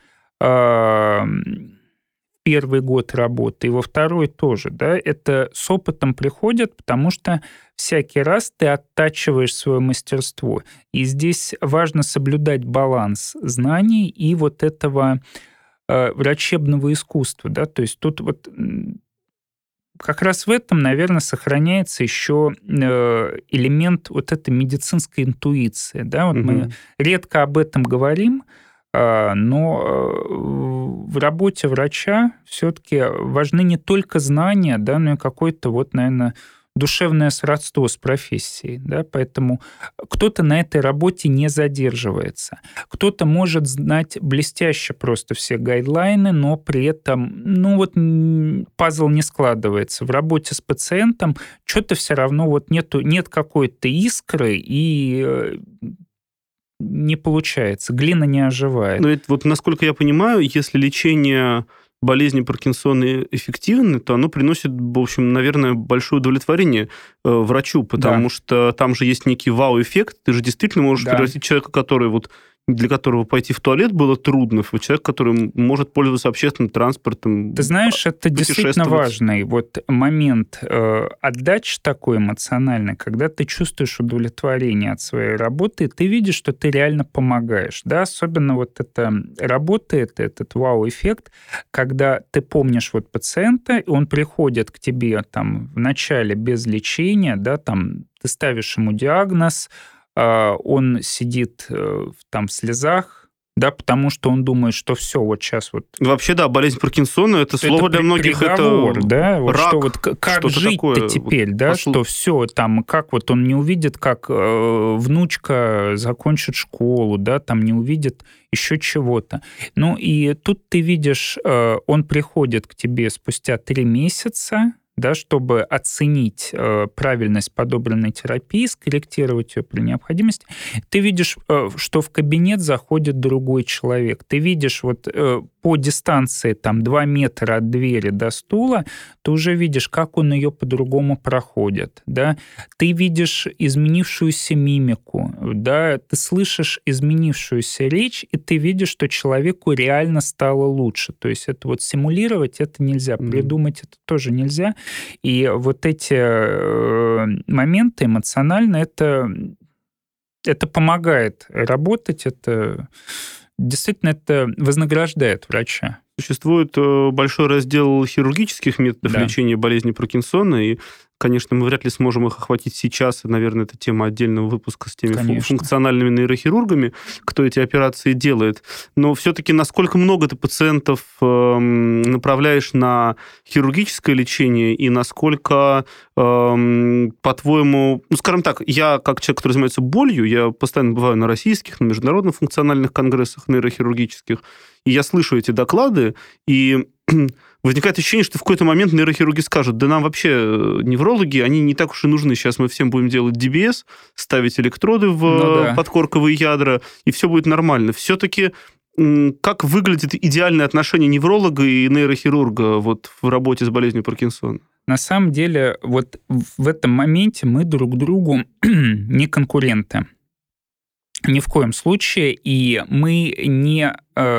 [SPEAKER 2] первый год работы, и во второй тоже, да, это с опытом приходит, потому что всякий раз ты оттачиваешь свое мастерство. И здесь важно соблюдать баланс знаний и вот этого врачебного искусства, да, то есть тут вот как раз в этом, наверное, сохраняется еще элемент вот этой медицинской интуиции, да, вот мы редко об этом говорим, но в работе врача все-таки важны не только знания, да, но и какое-то вот, наверное, душевное сродство с профессией. Да? Поэтому кто-то на этой работе не задерживается. Кто-то может знать блестяще просто все гайдлайны, но при этом пазл не складывается. В работе с пациентом что-то все равно вот нет какой-то искры, и не получается, глина не оживает.
[SPEAKER 1] Но это вот, насколько я понимаю, если лечение болезни Паркинсона эффективно, то оно приносит, в общем, наверное, большое удовлетворение врачу, потому что там же есть некий вау-эффект. Ты же действительно можешь превратить человека, для которого пойти в туалет было трудно, в человека, который может пользоваться общественным транспортом.
[SPEAKER 2] Ты знаешь, это действительно важный вот момент отдачи такой эмоциональной, когда ты чувствуешь удовлетворение от своей работы, и ты видишь, что ты реально помогаешь. Да? Особенно вот это работает, этот вау-эффект, когда ты помнишь вот пациента, и он приходит к тебе там в начале без лечения, да, там ты ставишь ему диагноз, он сидит там в слезах, да, потому что он думает, что все, вот сейчас вот...
[SPEAKER 1] Вообще, да, болезнь Паркинсона, это слово для многих,
[SPEAKER 2] приговор,
[SPEAKER 1] это
[SPEAKER 2] да, вот
[SPEAKER 1] рак,
[SPEAKER 2] что вот как
[SPEAKER 1] что-то
[SPEAKER 2] жить-то
[SPEAKER 1] такое.
[SPEAKER 2] теперь,
[SPEAKER 1] Вот
[SPEAKER 2] да, что все там, как вот он не увидит, как внучка закончит школу, да, там не увидит еще чего-то. Ну и тут ты видишь, он приходит к тебе спустя 3 месяца, да, чтобы оценить правильность подобранной терапии, скорректировать ее при необходимости. Ты видишь, что в кабинет заходит другой человек. Ты видишь вот по дистанции там 2 метра от двери до стула, ты уже видишь, как он ее по-другому проходит. Да? Ты видишь изменившуюся мимику, да? Ты слышишь изменившуюся речь, и ты видишь, что человеку реально стало лучше. То есть это вот симулировать это нельзя, придумать это тоже нельзя. И вот эти моменты эмоционально, это помогает работать, это действительно это вознаграждает врача.
[SPEAKER 1] Существует большой раздел хирургических методов лечения болезни Паркинсона, и, конечно, мы вряд ли сможем их охватить сейчас. Наверное, это тема отдельного выпуска с теми функциональными нейрохирургами, кто эти операции делает. Но все-таки насколько много ты пациентов направляешь на хирургическое лечение, и насколько, по-твоему... Ну, скажем так, я, как человек, который занимается болью, я постоянно бываю на российских, на международных функциональных конгрессах нейрохирургических, и я слышу эти доклады, и возникает ощущение, что в какой-то момент нейрохирурги скажут, да нам вообще неврологи, они не так уж и нужны, сейчас мы всем будем делать DBS, ставить электроды в подкорковые ядра, и все будет нормально. Все-таки как выглядит идеальное отношение невролога и нейрохирурга вот в работе с болезнью Паркинсона?
[SPEAKER 2] На самом деле, вот в этом моменте мы друг другу не конкуренты. Ни в коем случае, и мы не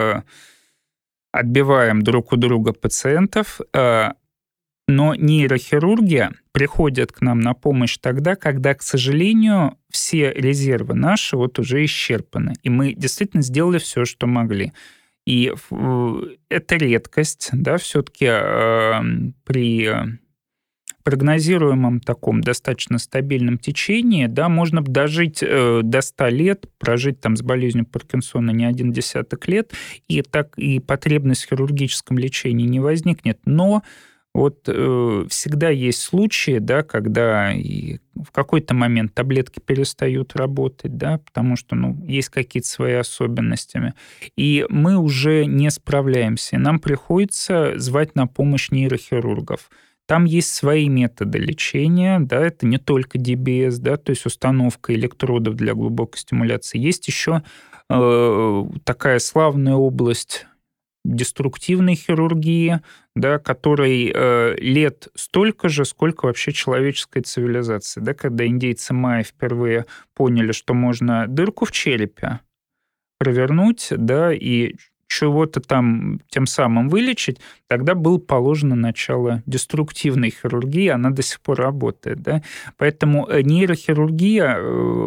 [SPEAKER 2] отбиваем друг у друга пациентов, но нейрохирурги приходят к нам на помощь тогда, когда, к сожалению, все резервы наши вот уже исчерпаны, и мы действительно сделали все, что могли. И это редкость, да, все-таки при прогнозируемом таком достаточно стабильном течении, да, можно дожить до 100 лет, прожить там с болезнью Паркинсона не 1 десяток лет, и так и потребность в хирургическом лечении не возникнет. Но вот всегда есть случаи, да, когда и в какой-то момент таблетки перестают работать, да, потому что есть какие-то свои особенности. И мы уже не справляемся. Нам приходится звать на помощь нейрохирургов. Там есть свои методы лечения, да, это не только DBS, да, то есть установка электродов для глубокой стимуляции. Есть еще такая славная область деструктивной хирургии, да, которой лет столько же, сколько вообще человеческой цивилизации. Да, когда индейцы майя впервые поняли, что можно дырку в черепе провернуть, да, и чего-то там тем самым вылечить, тогда было положено начало деструктивной хирургии, она до сих пор работает. Да? Поэтому нейрохирургия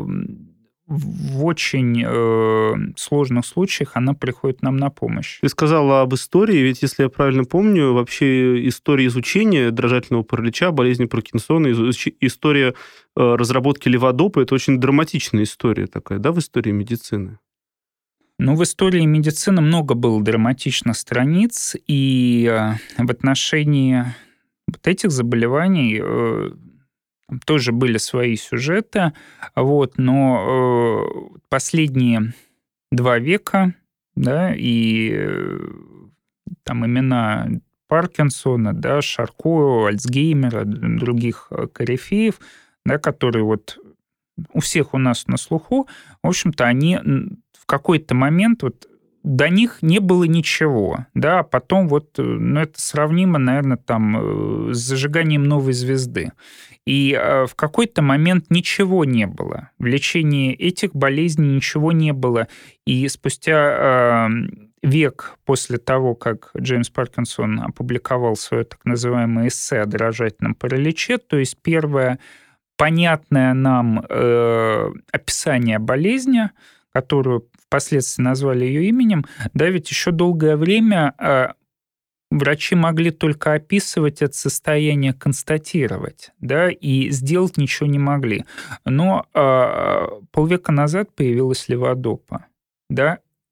[SPEAKER 2] в очень сложных случаях она приходит нам на помощь.
[SPEAKER 1] Ты сказала об истории, ведь, если я правильно помню, вообще история изучения дрожательного паралича, болезни Паркинсона, история разработки леводопа, это очень драматичная история такая, да, в истории медицины?
[SPEAKER 2] В истории медицины много было драматичных страниц, и в отношении вот этих заболеваний тоже были свои сюжеты, вот, но последние 2 века, да, и там имена Паркинсона, да, Шарко, Альцгеймера, других корифеев, да, которые вот у всех у нас на слуху, в общем-то, они в какой-то момент вот до них не было ничего, да, а потом вот, это сравнимо, наверное, там с зажиганием новой звезды. И в какой-то момент ничего не было. В лечении этих болезней ничего не было. И спустя век после того, как Джеймс Паркинсон опубликовал свое так называемое эссе о дрожательном параличе, то есть первое понятное нам описание болезни, которую впоследствии назвали ее именем, да, ведь еще долгое время врачи могли только описывать это состояние, констатировать, да, и сделать ничего не могли. Но полвека назад появилась леводопа, да,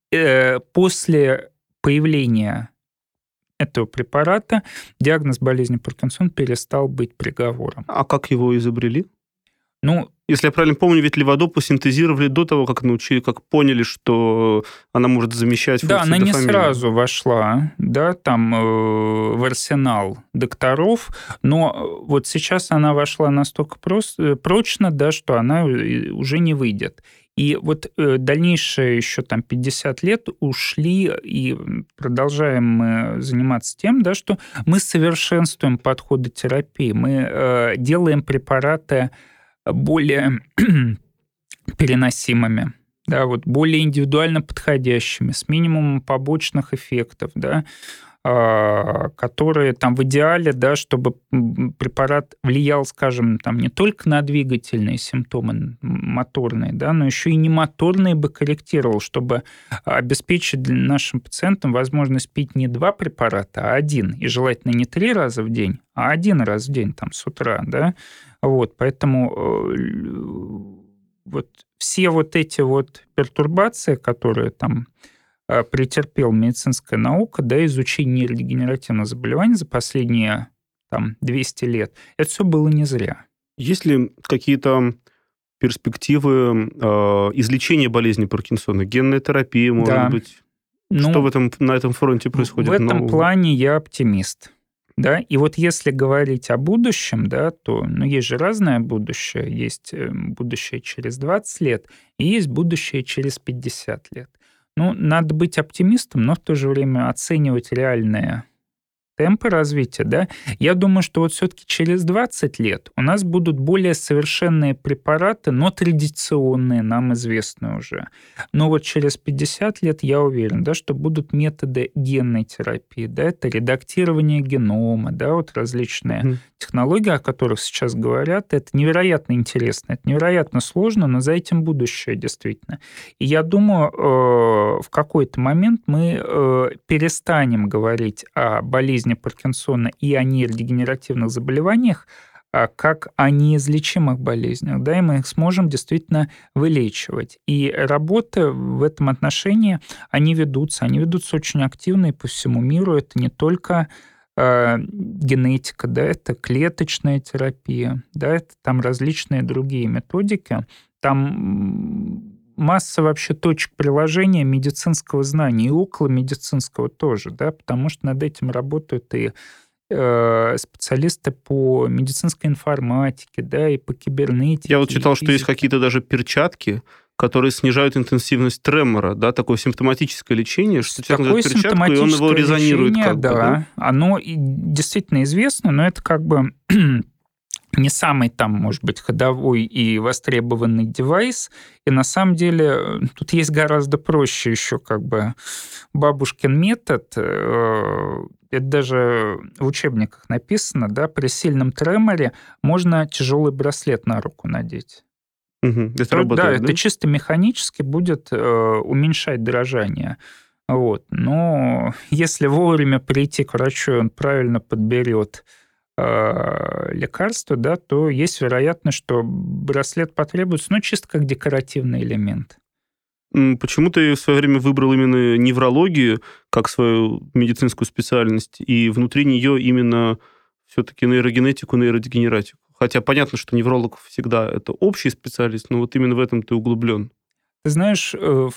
[SPEAKER 2] после появления этого препарата диагноз болезни Паркинсона перестал быть приговором.
[SPEAKER 1] А как его изобрели?
[SPEAKER 2] Ну,
[SPEAKER 1] если я правильно помню, ведь леводопу синтезировали до того, как поняли, что она может замещать функции
[SPEAKER 2] дофамина. Да, она не
[SPEAKER 1] дофамина.
[SPEAKER 2] сразу вошла, да, там в арсенал докторов, но вот сейчас она вошла настолько прочно, да, что она уже не выйдет. И вот дальнейшие еще там 50 лет ушли, и продолжаем мы заниматься тем, да, что мы совершенствуем подходы терапии, мы делаем препараты более переносимыми, да, вот более индивидуально подходящими, с минимумом побочных эффектов, да, которые там в идеале, да, чтобы препарат влиял, скажем, там не только на двигательные симптомы моторные, да, но еще и немоторные бы корректировал, чтобы обеспечить нашим пациентам возможность пить не 2 препарата, а 1, и желательно не 3 раза в день, а 1 раз в день, там, с утра, да. Вот, поэтому вот все вот эти вот пертурбации, которые там претерпел медицинская наука, да, изучение нейродегенеративных заболеваний за последние там 200 лет, это все было не зря.
[SPEAKER 1] Есть ли какие-то перспективы излечения болезни Паркинсона? Генная терапия, может быть? Что на этом фронте происходит?
[SPEAKER 2] В этом плане я оптимист. Да? И вот если говорить о будущем, да, то есть же разное будущее. Есть будущее через 20 лет и есть будущее через 50 лет. Надо быть оптимистом, но в то же время оценивать реальные темпы развития, да, я думаю, что вот все-таки через 20 лет у нас будут более совершенные препараты, но традиционные, нам известные уже. Но вот через 50 лет я уверен, да, что будут методы генной терапии, да, это редактирование генома, да, вот различные технологии, о которых сейчас говорят, это невероятно интересно, это невероятно сложно, но за этим будущее действительно. И я думаю, в какой-то момент мы перестанем говорить о болезни Паркинсона и о нейродегенеративных заболеваниях как о неизлечимых болезнях, да, и мы их сможем действительно вылечивать. И работы в этом отношении, они ведутся очень активно и по всему миру. Это не только генетика, да, это клеточная терапия, да, это там различные другие методики. Там масса вообще точек приложения медицинского знания и околомедицинского тоже, да, потому что над этим работают и специалисты по медицинской информатике, да, и по кибернетике.
[SPEAKER 1] Я вот читал, что есть какие-то даже перчатки, которые снижают интенсивность тремора, да, такое симптоматическое лечение, что человек надевает перчатку, и он его резонирует
[SPEAKER 2] лечение, да. Оно действительно известно, но это как бы не самый там, может быть, ходовой и востребованный девайс. И на самом деле тут есть гораздо проще еще как бы бабушкин метод. Это даже в учебниках написано, да, при сильном треморе можно тяжелый браслет на руку надеть.
[SPEAKER 1] Это работает,
[SPEAKER 2] да? Это чисто механически будет уменьшать дрожание. Вот. Но если вовремя прийти к врачу, и он правильно подберет лекарства, да, то есть вероятность, что браслет потребуется, чисто как декоративный элемент.
[SPEAKER 1] Почему ты в свое время выбрал именно неврологию как свою медицинскую специальность, и внутри нее именно все-таки нейрогенетику, нейродегенератику? Хотя понятно, что невролог всегда это общий специалист, но вот именно в этом ты углублен.
[SPEAKER 2] Ты знаешь,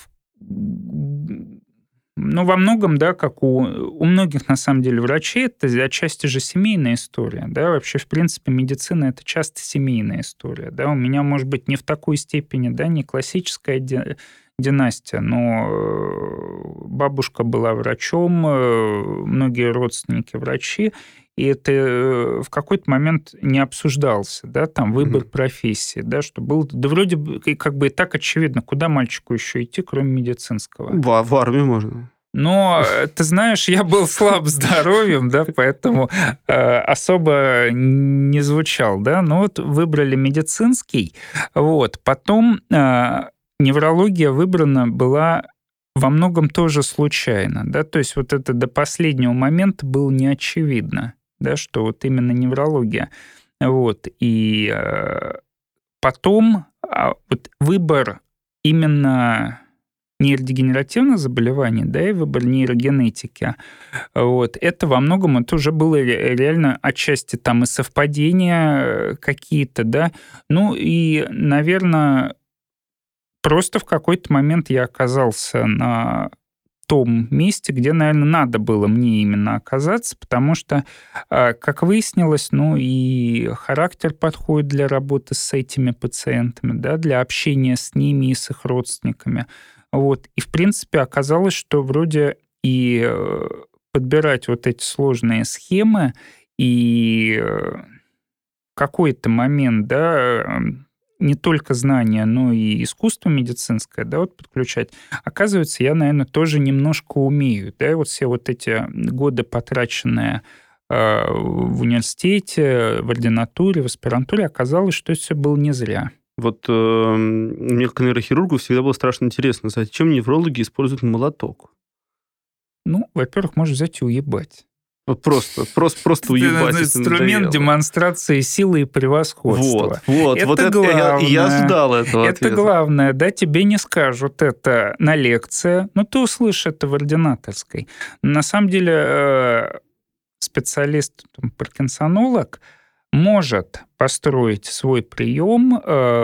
[SPEAKER 2] во многом, да, как у многих, на самом деле, врачей, это отчасти же семейная история, да, вообще, в принципе, медицина – это часто семейная история, да, у меня, может быть, не в такой степени, да, не классическая династия, но бабушка была врачом, многие родственники врачи, и это в какой-то момент не обсуждался, да, там выбор профессии, да, что было, да вроде бы как бы и так очевидно, куда мальчику еще идти, кроме медицинского.
[SPEAKER 1] В армию можно.
[SPEAKER 2] Но, ты знаешь, я был слаб здоровьем, да, поэтому особо не звучал, да, но вот выбрали медицинский, вот, потом неврология выбрана была во многом тоже случайно, да, то есть вот это до последнего момента было не очевидно, да, что вот именно неврология, вот, и потом вот выбор именно нейродегенеративных заболеваний, да, и выбор нейрогенетики, вот, это во многом это уже было реально отчасти там и совпадения какие-то, да, ну и, наверное, просто в какой-то момент я оказался на том месте, где, наверное, надо было мне именно оказаться, потому что, как выяснилось, ну и характер подходит для работы с этими пациентами, да, для общения с ними и с их родственниками. Вот. И, в принципе, оказалось, что вроде и подбирать вот эти сложные схемы, и в какой-то момент, да, не только знания, но и искусство медицинское, да, вот подключать. Оказывается, я, наверное, тоже немножко умею, да, и вот все вот эти годы, потраченные в университете, в ординатуре, в аспирантуре, оказалось, что это все было не зря.
[SPEAKER 1] Вот мне, как нейрохирургу, всегда было страшно интересно, зачем неврологи используют молоток?
[SPEAKER 2] Ну, во-первых, можешь взять и уебать.
[SPEAKER 1] Вот просто уебать, если
[SPEAKER 2] Инструмент
[SPEAKER 1] надоело.
[SPEAKER 2] демонстрации силы и превосходства.
[SPEAKER 1] Вот
[SPEAKER 2] Это
[SPEAKER 1] это
[SPEAKER 2] главное.
[SPEAKER 1] я ждал этого
[SPEAKER 2] Это
[SPEAKER 1] ответа.
[SPEAKER 2] главное, да, тебе не скажут это на лекции, но ты услышишь это в ординаторской. На самом деле специалист, паркинсонолог, может построить свой прием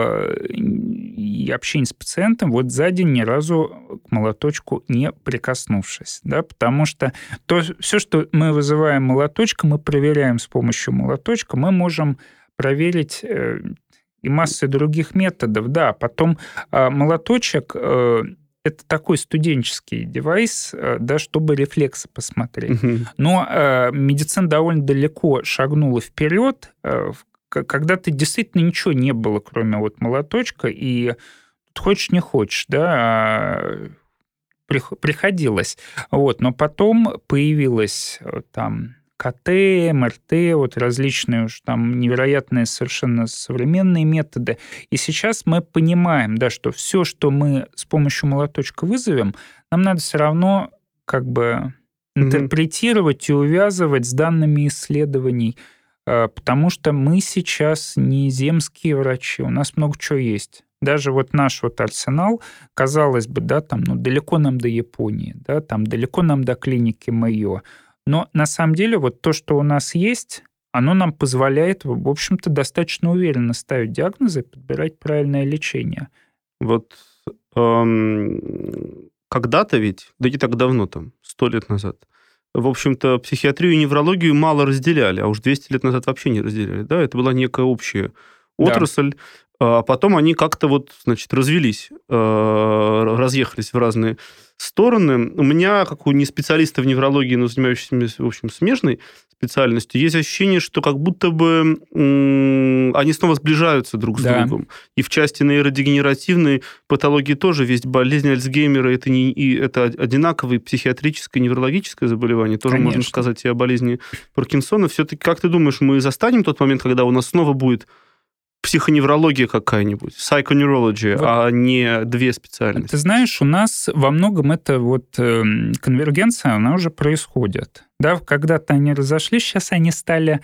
[SPEAKER 2] и общение с пациентом вот за день ни разу к молоточку не прикоснувшись. Да? Потому что все, что мы вызываем молоточком, мы проверяем с помощью молоточка, мы можем проверить и массы других методов. Да, потом молоточек это такой студенческий девайс, да, чтобы рефлексы посмотреть. Но медицина довольно далеко шагнула вперед, когда ты действительно ничего не было, кроме вот молоточка, и хочешь не хочешь, да, приходилось. Вот, но потом появилось там КТ, МРТ, вот различные уж там невероятные совершенно современные методы. И сейчас мы понимаем, да, что все, что мы с помощью молоточка вызовем, нам надо все равно как бы интерпретировать и увязывать с данными исследований, потому что мы сейчас не земские врачи, у нас много чего есть. Даже вот наш вот арсенал, казалось бы, да, там, ну, далеко нам до Японии, да, там далеко нам до клиники Мэйо. Но на самом деле вот то, что у нас есть, оно нам позволяет, в общем-то, достаточно уверенно ставить диагнозы и подбирать правильное лечение.
[SPEAKER 1] Вот когда-то ведь, да не так давно, там, 100 лет назад, в общем-то, психиатрию и неврологию мало разделяли, а уж 200 лет назад вообще не разделяли. Да? Это была некая общая отрасль. А потом они как-то вот, значит, развелись, разъехались в разные стороны. У меня, как у не специалиста в неврологии, но занимающегося, в общем, смежной специальностью, есть ощущение, что как будто бы они снова сближаются друг с другом. И в части нейродегенеративной патологии тоже есть болезнь Альцгеймера, это одинаковое психиатрическое, неврологическое заболевание. Тоже можно сказать и о болезни Паркинсона. Все-таки, как ты думаешь, мы застанем тот момент, когда у нас снова будет психоневрология какая-нибудь, psychoneurology, вот, а не две специальности?
[SPEAKER 2] Ты знаешь, у нас во многом это вот конвергенция, она уже происходит. Да, когда-то они разошлись, сейчас они стали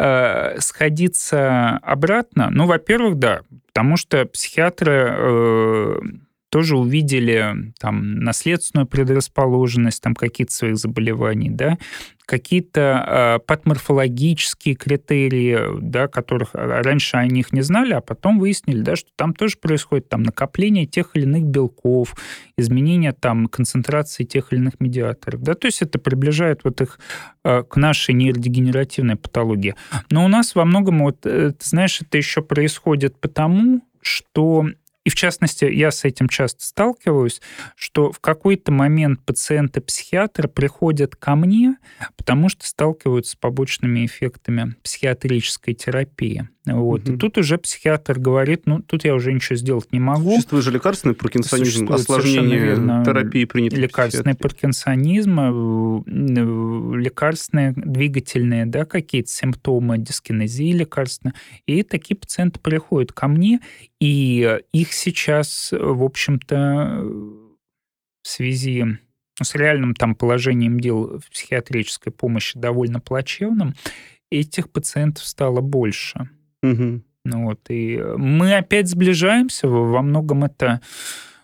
[SPEAKER 2] сходиться обратно. Ну, во-первых, да, потому что психиатры тоже увидели там наследственную предрасположенность, там какие-то своих заболеваний, да, какие-то патоморфологические критерии, да, которых раньше о них не знали, а потом выяснили, да, что там тоже происходит там накопление тех или иных белков, изменение там концентрации тех или иных медиаторов, да, то есть это приближает вот их к нашей нейродегенеративной патологии. Но у нас во многом, вот, ты знаешь, это еще происходит потому, что и в частности, я с этим часто сталкиваюсь, что в какой-то момент пациенты-психиатры приходят ко мне, потому что сталкиваются с побочными эффектами психиатрической терапии. Вот. И тут уже психиатр говорит, ну, тут я уже ничего сделать не могу.
[SPEAKER 1] Существует же лекарственный паркинсонизм, осложнение терапии принятой
[SPEAKER 2] лекарственный паркинсонизм, лекарственные, двигательные, да, какие-то симптомы дискинезии лекарственные. И такие пациенты приходят ко мне, и их сейчас, в общем-то, в связи с реальным там положением дел в психиатрической помощи довольно плачевным, этих пациентов стало больше.
[SPEAKER 1] Угу.
[SPEAKER 2] Ну, вот, и мы опять сближаемся, во многом это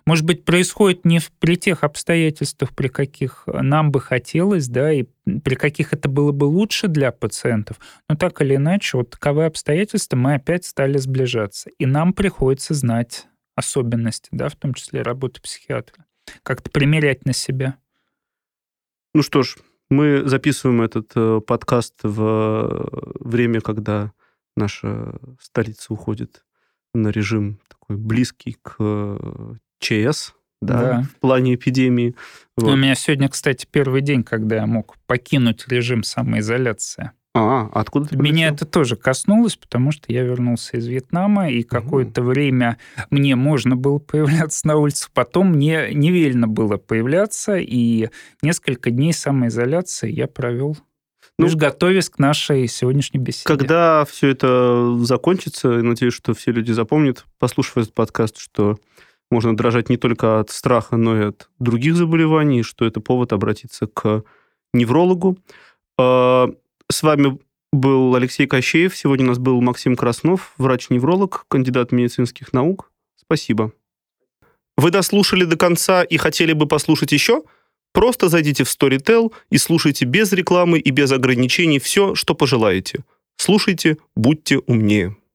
[SPEAKER 2] может быть, происходит не при тех обстоятельствах, при каких нам бы хотелось, да, и при каких это было бы лучше для пациентов, но так или иначе, вот таковы обстоятельства, мы опять стали сближаться. И нам приходится знать особенности, да, в том числе работы психиатра, как-то примерять на себя.
[SPEAKER 1] Ну что ж, мы записываем этот подкаст в время, когда наша столица уходит на режим такой близкий к ЧС, да, в плане эпидемии.
[SPEAKER 2] Вот. У меня сегодня, кстати, первый день, когда я мог покинуть режим самоизоляции.
[SPEAKER 1] Откуда ты полетел?
[SPEAKER 2] Меня это тоже коснулось, потому что я вернулся из Вьетнама, и какое-то время мне можно было появляться на улице, потом мне не велено было появляться, и несколько дней самоизоляции я провел, лишь готовясь к нашей сегодняшней беседе.
[SPEAKER 1] Когда все это закончится, я надеюсь, что все люди запомнят, послушав этот подкаст, что можно дрожать не только от страха, но и от других заболеваний, что это повод обратиться к неврологу. С вами был Алексей Кощеев. Сегодня у нас был Максим Краснов, врач-невролог, кандидат медицинских наук. Спасибо. Вы дослушали до конца и хотели бы послушать еще? Просто зайдите в Storytel и слушайте без рекламы и без ограничений все, что пожелаете. Слушайте, будьте умнее.